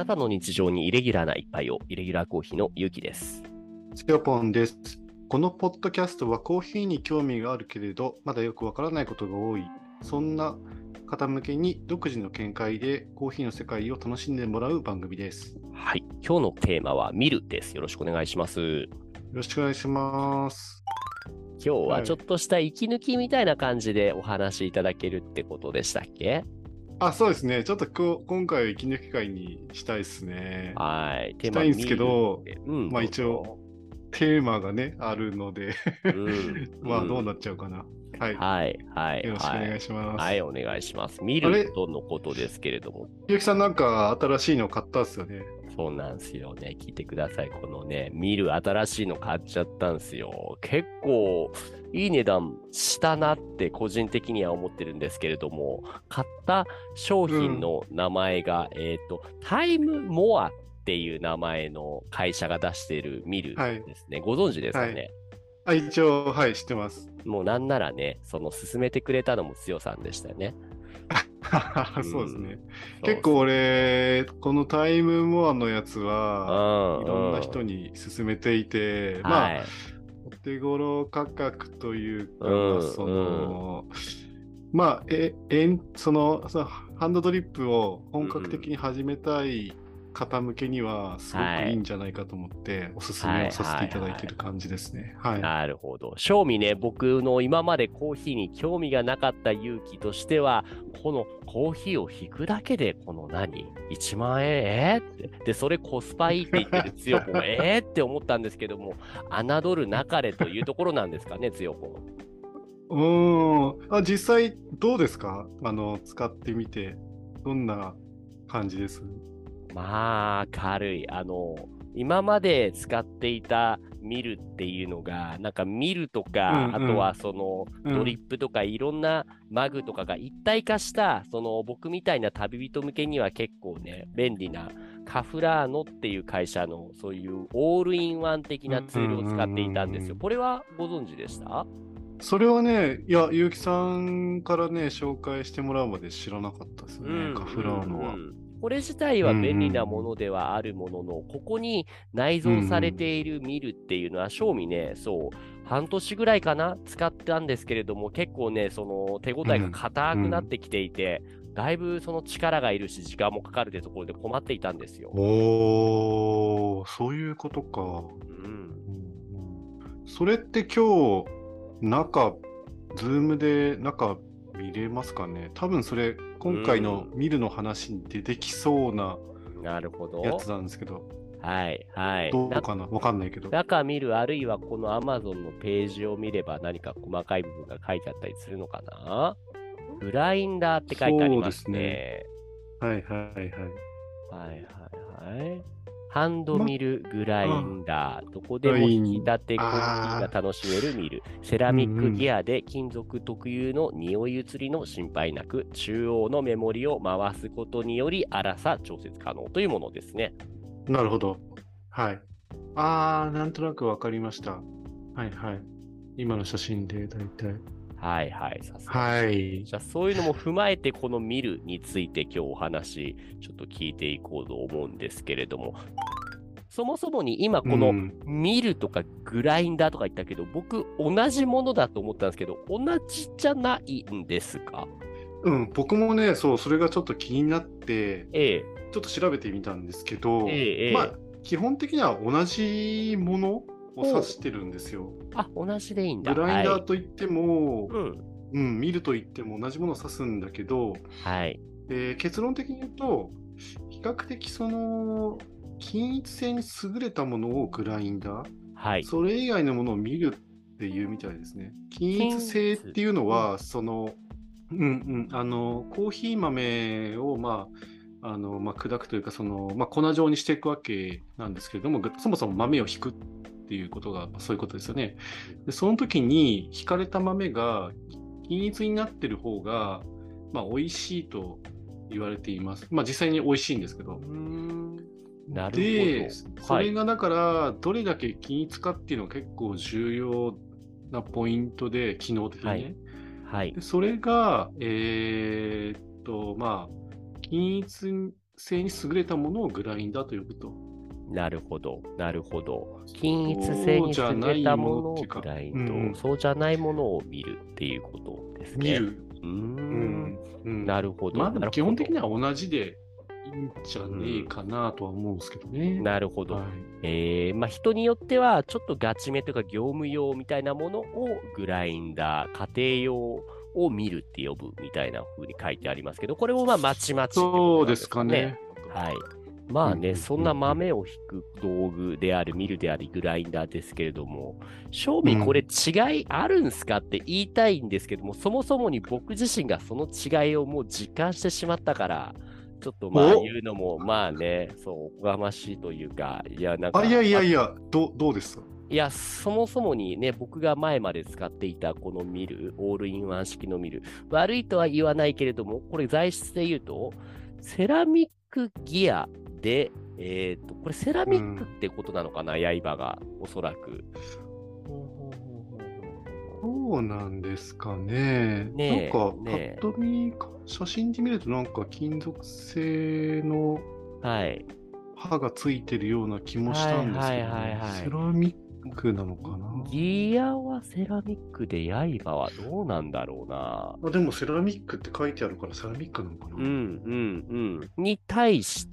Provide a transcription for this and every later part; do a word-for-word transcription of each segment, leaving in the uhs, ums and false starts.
なたの日常にイレギュラーな一杯を、イレギュラーコーヒーのゆうきです。 つよぽんです。このポッドキャストはコーヒーに興味があるけれど、まだよくわからないことが多い、そんな方向けに独自の見解でコーヒーの世界を楽しんでもらう番組です。 はい。今日のテーマはミルです。よろしくお願いします。よろしくお願いします。 今日はちょっとした息抜きみたいな感じでお話しいただけるってことでしたっけ？ あ、そうですね。ちょっとこう今回は息抜き会にしたいですね。 はい。テーマしたいんですけど、 うん、 まあ一応テーマがね、あるのでうん、まあどうなっちゃうかな。はい。 はい、はい。 よろしくお願いします。 はい、はい、お願いします。ミルとのことですけれども。 ゆうきさんなんか新しいの買ったんですよね。 そうなんですよね。聞いてください。このね、ミル新しいの買っちゃったんですよ。結構いい値段したなって個人的には思ってるんですけれども、買った商品の名前が、うん、えっと、タイムモアっていう名前の会社が出しているミルですね。はい、ご存知ですかね？ はい、あ、一応、はい、知ってます。 もうなんならね、その勧めてくれたのも強さんでしたよね。 そうですね。結構俺、このタイムモアのやつは、いろんな人に勧めていて、うん、まあ、はい、お手頃価格というか、うん、まあ、その、うん、まあ、え、えその、その、ハンドドリップを本格的に始めたい方向けにはすごくいいんじゃないかと思っておすすめをさせていただいている感じですね。はい。 なるほど。正味ね、僕の今までコーヒーに興味がなかった勇気としては、このコーヒーを引くだけで、この何 ?いちまんえんえー、って。で、それコスパいいって言ってる強ぽん、えーって思ったんですけども、侮るなかれというところなんですかね、強ぽん。 うーん。あ、実際どうですか？あの、使ってみて。どんな感じです？ まあ、軽い。あの、今まで使っていたミルっていうのが、なんかミルとか、うんうん、あとはそのドリップとかいろんなマグとかが一体化した、その僕みたいな旅人向けには結構ね、便利なカフラーノっていう会社のそういうオールインワン的なツールを使っていたんですよ。これはご存知でした？ それはね、いや、ゆうきさんからね、紹介してもらうまで知らなかったですね、うん、カフラーノは。 これ自体は便利なものではあるものの、うんうん、ここに内蔵されているミルっていうのは、正味ね、そう、半年ぐらいかな、使ったんですけれども、結構ね、その手応えが硬くなってきていて、うんうん、だいぶその力がいるし、時間もかかるってところで困っていたんですよ。 おー、そういうことか。うん。それって今日、中、ズームで中見れますかね？多分それ、今回のミルの話に出てきそうなやつなんですけど。 はいはい。 どうかな？わかんないけど。 中見る、あるいはこの Amazon のページを見れば何か細かい部分が書いてあったりするのかな？グラインダーって書いてありますね。 そうですね。はいはいはい。 はいはいはい。ハンドミルグラインダー。どこでも引き立てコーヒーが楽しめるミル。セラミックギアで金属特有の匂い移りの心配なく、中央のメモリを回すことにより粗さ調節可能というものですね。 なるほど。はい。あー、なんとなくわかりました。はいはい。今の写真でだいたい。 はいはい。さすが。 はい。 じゃあそういうのも踏まえてこのミルについて今日お話ちょっと聞いていこうと思うんですけれども、そもそもに今このミルとかグラインダーとか言ったけど、うん、僕同じものだと思ったんですけど、同じじゃないんですか？ うん、僕もね、そう、それがちょっと気になって、ええ、ちょっと調べてみたんですけど、ええ、まあ、基本的には同じものを指してるんですよ。 あ、同じでいいんだ。 グラインダーといっても、 はい、うん、 うん、ミルといっても同じものを指すんだけど、 はい。 えー、結論的に言うと、比較的その、均一性に優れたものをグラインダー、はい、それ以外のものを見るっていうみたいですね。均一性っていうのは、その、うんうん、あの、コーヒー豆を、まあ、あの、まあ、砕くというか、その、まあ、粉状にしていくわけなんですけれども、そもそも豆を引くっていうことが、そういうことですよね。で、その時に、引かれた豆が均一になってる方が、まあ、美味しいと言われています。まあ、実際に美味しいんですけど。 なるほど。 で、それがだから、どれだけ均一かっていうのが結構重要なポイントで、機能的にね。はいはい、でそれが、えー、っと、まあ、均一性に優れたものをグラインダーと呼ぶと。 なるほど、なるほど。均一性に優れたものをグラインド、うん、そうじゃないものを見るっていうことですね。 見る。 うーん、うん、なるほど。 まあでも基本的には同じでいいんじゃねえかなとは思うんですけどね。 うん、なるほど。はい、えー、まあ人によってはちょっとガチめとか業務用みたいなものをグラインダー、家庭用を見るって呼ぶみたいな風に書いてありますけど、これもまあまちまちってことなんですかね。そうですかね。はい。まあね、うん、そんな豆をひく道具である、ミルであり、グラインダーですけれども、正味これ違いあるんすかって言いたいんですけども、うん、そもそもに僕自身がその違いをもう実感してしまったから、ちょっとまあ言うのも、まあね、そう、おこがましいというか、いや、なんか。 あ、いやいやいや、ど, どうですか？ いや、そもそもにね、僕が前まで使っていたこのミル、オールインワン式のミル、悪いとは言わないけれども、これ材質で言うと、セラミックギアで、えっと、これセラミックってことなのかな、うん、刃が、おそらく。 そうなんですかね。ねなんか、ね、パッと見、写真で見ると、なんか金属製の刃がついてるような気もしたんですけど、セラミックなのかな。 ギアはセラミックで、刃はどうなんだろうな。 あでも、セラミックって書いてあるから、セラミックなのかな。 うんうんうん。に対して、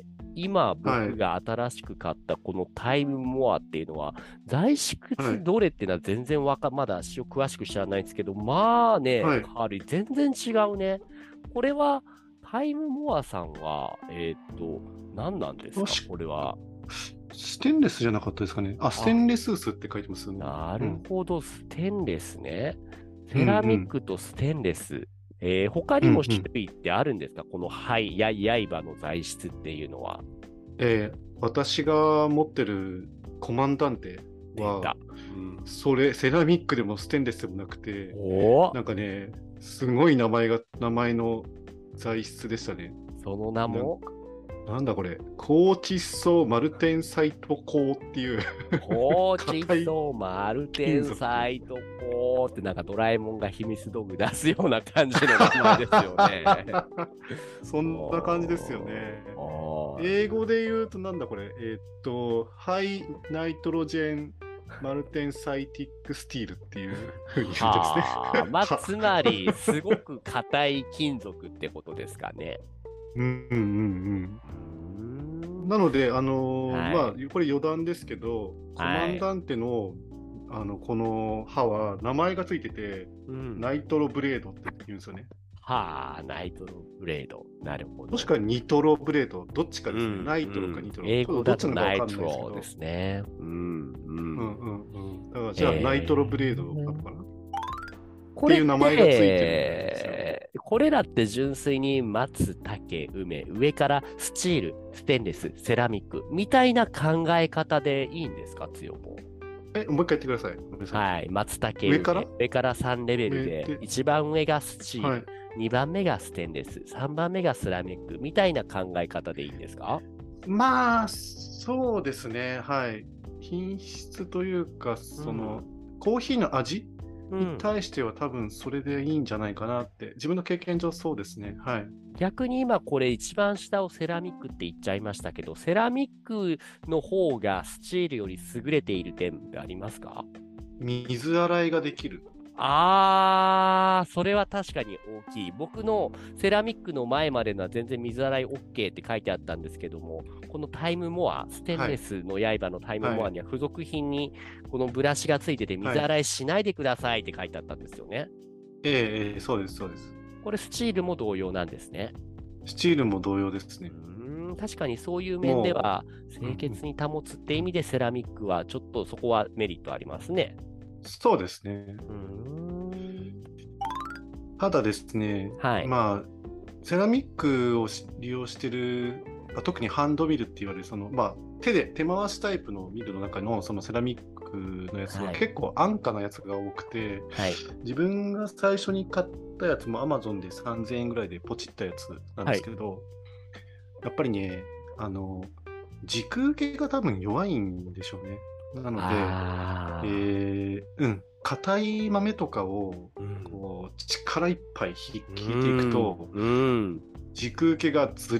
今僕が新しく買ったこのタイムモアっていうのは、はい、材質どれっていうのは全然わか、まだ詳しく知らないんですけど、まあね、はい、軽い。全然違うね。これは、タイムモアさんは、えっと、何なんですかこれは。 ステンレスじゃなかったですかね。あ、ステンレス薄って書いてますよね。 なるほど、うん、ステンレスね。セラミックとステンレス。うんうんえー、他にも種類ってあるんですか、うんうん、この、はい、や刃の材質っていうのは。 えー、私が持ってるコマンダンテは、うん、それ、セラミックでもステンレスでもなくて、なんかね、すごい名前が、名前の材質でしたね。 その名もなんだこれ、高窒素マルテンサイト鋼っていう高窒素マルテンサイト鋼ってなんかドラえもんが秘密道具出すような感じの名前ですよね。 そんな感じですよね。英語で言うとなんだこれ、えー、っと、ハイナイトロジェンマルテンサイティックスティールっていうふうに言うんですね。 まあ、つまり、すごく硬い金属ってことですかね。 うんうんうんうん。なので、あのーはい、まあ、これ余談ですけど、コマンダンテの、はい、あのこの刃は名前がついてて、うん、ナイトロブレードって言うんですよね。 はあ、ナイトロブレード。なるほど。 もしくはニトロブレード。どっちかですね。うん、ナイトロかニトロ。 英語だとナイトロですね。うんうんうんうん。だからじゃあ、えー、ナイトロブレードなのかな。 これっていう名前がついてるんですよ。これらって純粋に松、竹、梅、上からスチール、ステンレス、セラミックみたいな考え方でいいんですか、つよも。 え、もう一回言ってください。 ごめんなさい。はい、松茸上から上からさんレベルで、いちばん上がスチール、はい、にばんめがステンレス、さんばんめがセラミックみたいな考え方でいいんですか？ まあ、そうですね。はい。品質というか、その、うん、コーヒーの味に対しては多分それでいいんじゃないかなって、自分の経験上そうですね。はい。 逆に今これ一番下をセラミックって言っちゃいましたけど、セラミックの方がスチールより優れている点ってありますか？ 水洗いができる。 あー、それは確かに大きい。僕のセラミックの前までのは全然水洗い OK って書いてあったんですけども、このタイムモア、ステンレスの刃のタイムモアには付属品にこのブラシがついてて水洗いしないでくださいって書いてあったんですよね。はい、 ええ、そうです、そうです。 これスチールも同様なんですね。 スチールも同様ですね。 うーん、確かにそういう面では清潔に保つって意味でセラミックはちょっとそこはメリットありますね。 そうですね。うーん、ただですね、はい、まあセラミックを利用している、特にハンドミルって言われるその、まあ、手で手回しタイプのミルの中のそのセラミックのやつは結構安価なやつが多くて、はい、自分が最初に買ったやつも Amazon でさんぜんえんぐらいでポチったやつなんですけど、はい、やっぱりね、あの軸受けが多分弱いんでしょうね。なので、えー、うん、硬い豆とかをこう力いっぱい引いていくと、うんうん、軸受けがずれる。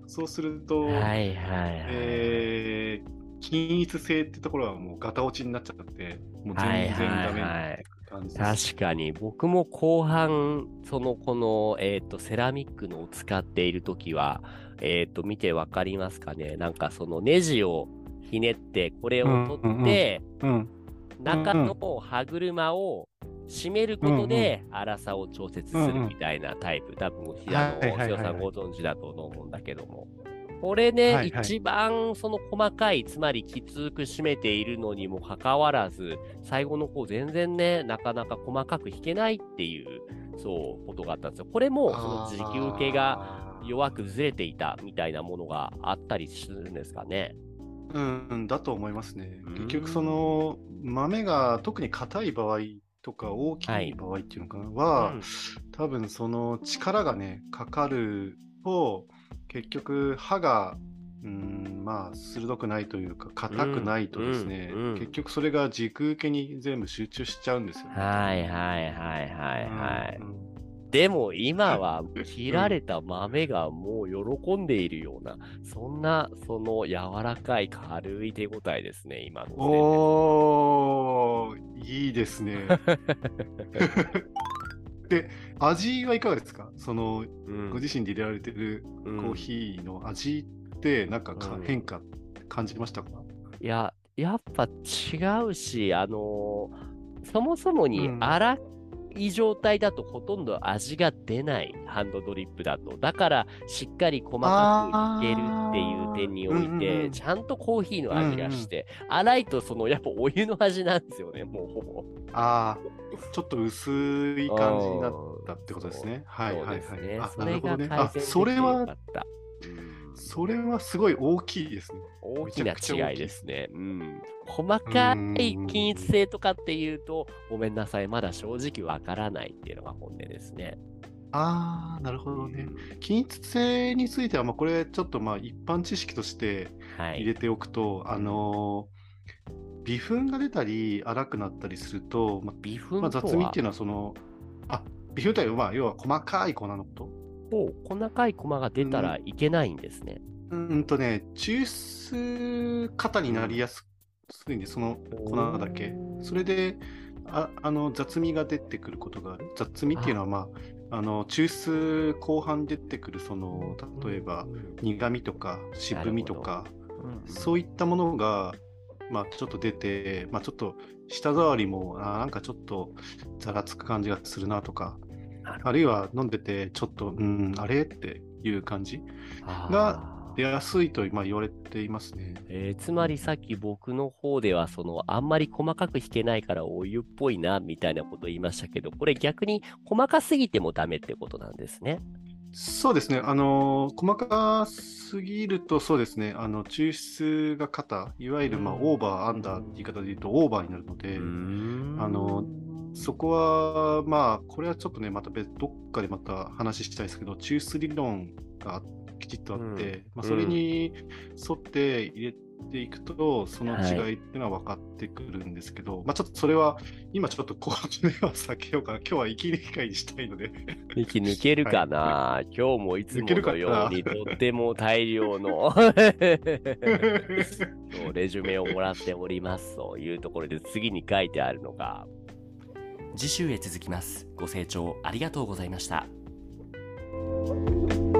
そうすると、 はいはいはい。 えー均一性ってところはもうガタ落ちになっちゃって、もう全然ダメって感じです。 確かに、僕も後半、その、この、えっと、セラミックのを使っているときは、えっと、見てわかりますかね。なんかそのネジをひねって、これを取って、 うんうん中の歯車を締めることで、粗さを調節するみたいなタイプ。多分、あの、瀬尾さんご存知だと思うんだけども。これね、はいはい、一番その細かい、つまりきつく締めているのにもかかわらず、最後の方全然ね、なかなか細かく弾けないっていう、そう、ことがあったんですよ。これも、その持久系が弱くずれていたみたいなものがあったりするんですかね。 うん、だと思いますね。結局、その、豆が特に硬い場合とか大きい場合っていうのかな、は、はい、うん、多分その力がね、かかると、結局歯がうんまあ鋭くないというか硬くないとですね、うんうんうん、結局それが軸受けに全部集中しちゃうんですよね。 はいはいはいはいはい、うんうん、でも今は切られた豆がもう喜んでいるような、うん、そんなその柔らかい軽い手応えですね、今の。 おー、いいですね。で、味はいかがですか？その、うん、ご自身で入れられてるコーヒーの味ってなんか、か、うん、変化感じましたか？ いや、やっぱ違うし、あのー、そもそもに粗い状態だとほとんど味が出ないハンドドリップだと。だからしっかり細かくいけるっていう点において、うんうん、ちゃんとコーヒーの味がして、うんうん、粗いとそのやっぱお湯の味なんですよね、もうほぼ。 ああ、ちょっと薄い感じになったってことですね。はいはいはい。あ、なるほどね。あ、それは、それはすごい大きいですね。 大きな違いですね。うん。細かい均一性とかっていうと、ごめんなさい、まだ正直わからないっていうのが本音ですね。 ああ、なるほどね。均一性については、まあ、これちょっとまあ一般知識として入れておくと、はい、あのー、微粉が出たり粗くなったりすると、まあ、 微粉まあ、雑味っていうのはその、あ、微粉というのは、まあ、要は細かい粉のこと。 お細かい粉が出たらいけないんですね。 うん、うんとね、抽出型になりやすいんで、その粉だけ。それで、ああの雑味が出てくることがある。雑味っていうのは、まあ、あの抽出後半出てくる、その例えば苦味とか渋みとか、うん、そういったものが、まあ、ちょっと出て、まあ、ちょっと舌触りもあなんかちょっとざらつく感じがするなとか、あるいは飲んでてちょっとうんあれっていう感じが出やすいとまあ言われていますね。 えー、つまりさっき僕の方ではそのあんまり細かく弾けないからお湯っぽいなみたいなことを言いましたけど、これ逆に細かすぎてもダメってことなんですね。 そうですね。あの細かすぎるとそうですね。あの抽出が肩、いわゆるまあオーバーアンダーって言い方で言うとオーバーになるので、あのそこはまあこれはちょっとねまた別どっかでまた話したいですけど、抽出理論がきちっとあって、うんまあ、それに沿って入れていくと、その違いっていうのは分かってくるんですけど、はい、まあちょっとそれは今ちょっとここでは避けようかな。今日は息抜き会にしたいので息抜けるかな、はい、今日もいつものようにとっても大量のレジュメをもらっておりますというところで、次に書いてあるのが次週へ続きます。ご清聴ありがとうございました。